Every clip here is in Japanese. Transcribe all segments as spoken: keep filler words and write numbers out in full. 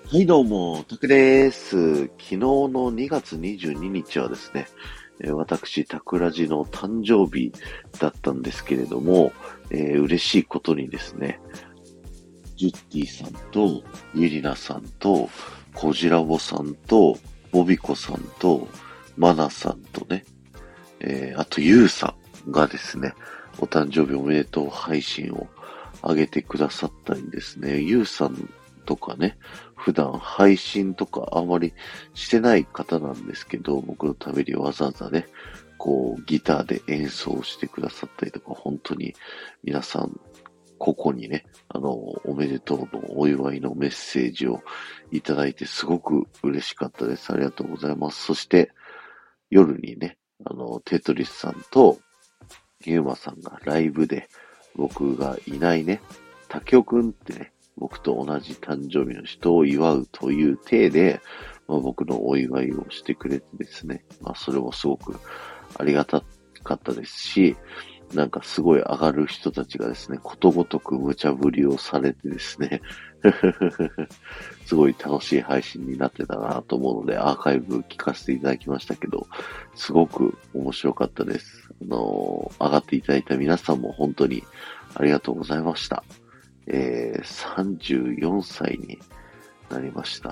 はいどうも、タクです。昨日のにがつにじゅうににちはですね、えー私、タクラジの誕生日だったんですけれども、えー嬉しいことにですね、ジュッティさんと、ユリナさんと、コジラボさんと、ボビコさんと、マナさんとね、えーあとユウさんがですね、お誕生日おめでとう配信を上げてくださったりですね、ユウさんとかね、普段配信とかあまりしてない方なんですけど、僕のためにわざわざね、こうギターで演奏してくださったりとか、本当に皆さん、ここにね、あの、おめでとうのお祝いのメッセージをいただいてすごく嬉しかったです。ありがとうございます。そして、夜にね、あの、テトリスさんとユーマさんがライブで僕がいないね、タケオくんってね、僕と同じ誕生日の人を祝うという体で、まあ、僕のお祝いをしてくれてですね、まあそれもすごくありがたかったですし、なんかすごい上がる人たちがですね、ことごとく無茶ぶりをされてですね、すごい楽しい配信になってたなと思うので、アーカイブ聞かせていただきましたけど、すごく面白かったです。あのー、上がっていただいた皆さんも本当にありがとうございました。えー、さんじゅうよんさいになりました。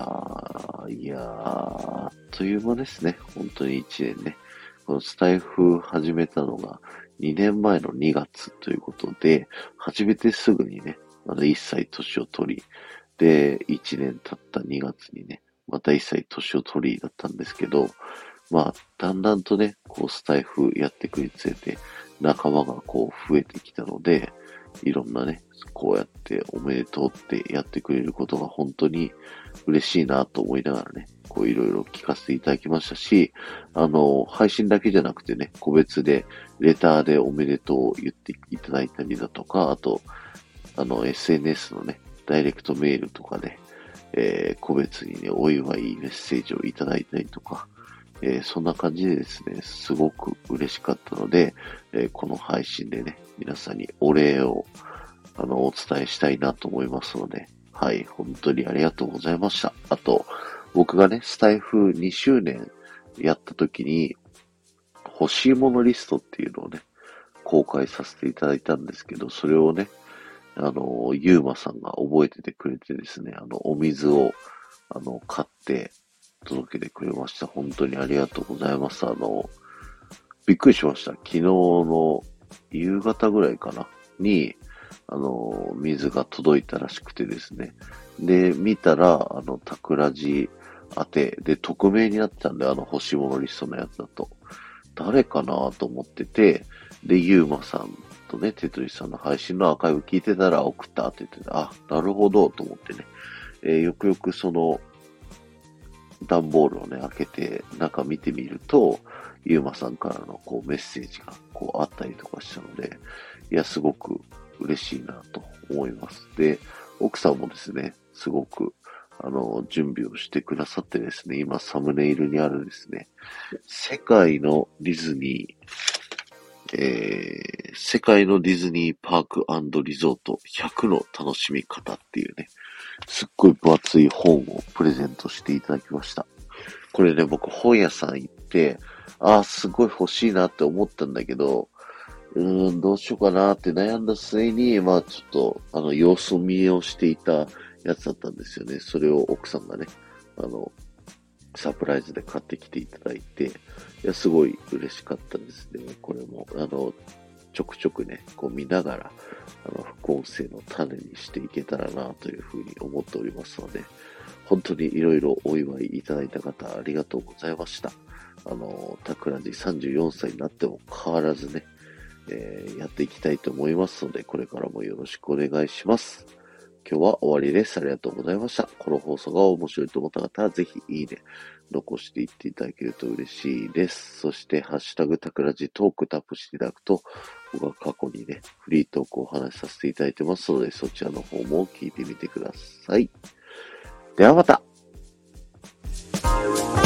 いやー、あっという間ですね。本当にいちねんね。このスタイフ始めたのがにねんまえのにがつということで、始めてすぐにね、まだいっさい年を取り、で、いちねん経ったにがつにね、またいっさい年を取りだったんですけど、まあ、だんだんとね、こうスタイフやっていくにつれて、仲間がこう増えてきたので、いろんなね、こうやっておめでとうってやってくれることが本当に嬉しいなと思いながらね、こういろいろ聞かせていただきましたし、あの、配信だけじゃなくてね、個別でレターでおめでとうを言っていただいたりだとか、あと、あの、エスエヌエス のね、ダイレクトメールとかで、えー個別にね、お祝いメッセージをいただいたりとか、えーそんな感じでですね、すごく嬉しかったので、えーこの配信でね、皆さんにお礼を、あの、お伝えしたいなと思いますので、はい、本当にありがとうございました。あと、僕がね、スタイフにしゅうねんやった時に、欲しいものリストっていうのをね、公開させていただいたんですけど、それをね、あの、ゆうまさんが覚えててくれてですね、あの、お水を、あの、買って届けてくれました。本当にありがとうございます。あの、びっくりしました。昨日の夕方ぐらいかな、に、あの、水が届いたらしくてですね。で、見たら、あの、タクラジ宛て、で、匿名になってたんで、あの、欲しいものリストのやつだと。誰かなと思ってて、で、ゆうまさんとね、テトリスさんの配信のアーカイブ聞いてたら送ったって言ってて、あ、なるほどと思ってね、えーよくよくその段ボールをね、開けて中見てみると、ゆうまさんからのこうメッセージがこうあったりとかしたので、いや、すごく嬉しいなと思います。で、奥さんもですね、すごくあの、準備をしてくださってですね、今サムネイルにあるですね、世界のディズニー、えー、世界のディズニーパーク&リゾートひゃくの楽しみ方っていうね、すっごい分厚い本をプレゼントしていただきました。これね、僕本屋さん行って、ああ、すごい欲しいなって思ったんだけど、うーん、どうしようかなって悩んだ末に、まあちょっと、あの、様子見をしていたやつだったんですよね。それを奥さんがね、あの、サプライズで買ってきていただいて、いや、すごい嬉しかったですね。これも、あの、ちょくちょくね、こう見ながら、あの、副音声の種にしていけたらなというふうに思っておりますので、本当にいろいろお祝いいただいた方、ありがとうございました。あの、タクラジさんじゅうよんさいになっても変わらずね、えーやっていきたいと思いますので、これからもよろしくお願いします。今日は終わりです。ありがとうございました。この放送が面白いと思った方は、ぜひいいね、残していっていただけると嬉しいです。そして、ハッシュタグタクラジトークタップしていただくと、僕は過去にね、フリートークをお話しさせていただいてますので、そちらの方も聞いてみてください。ではまた。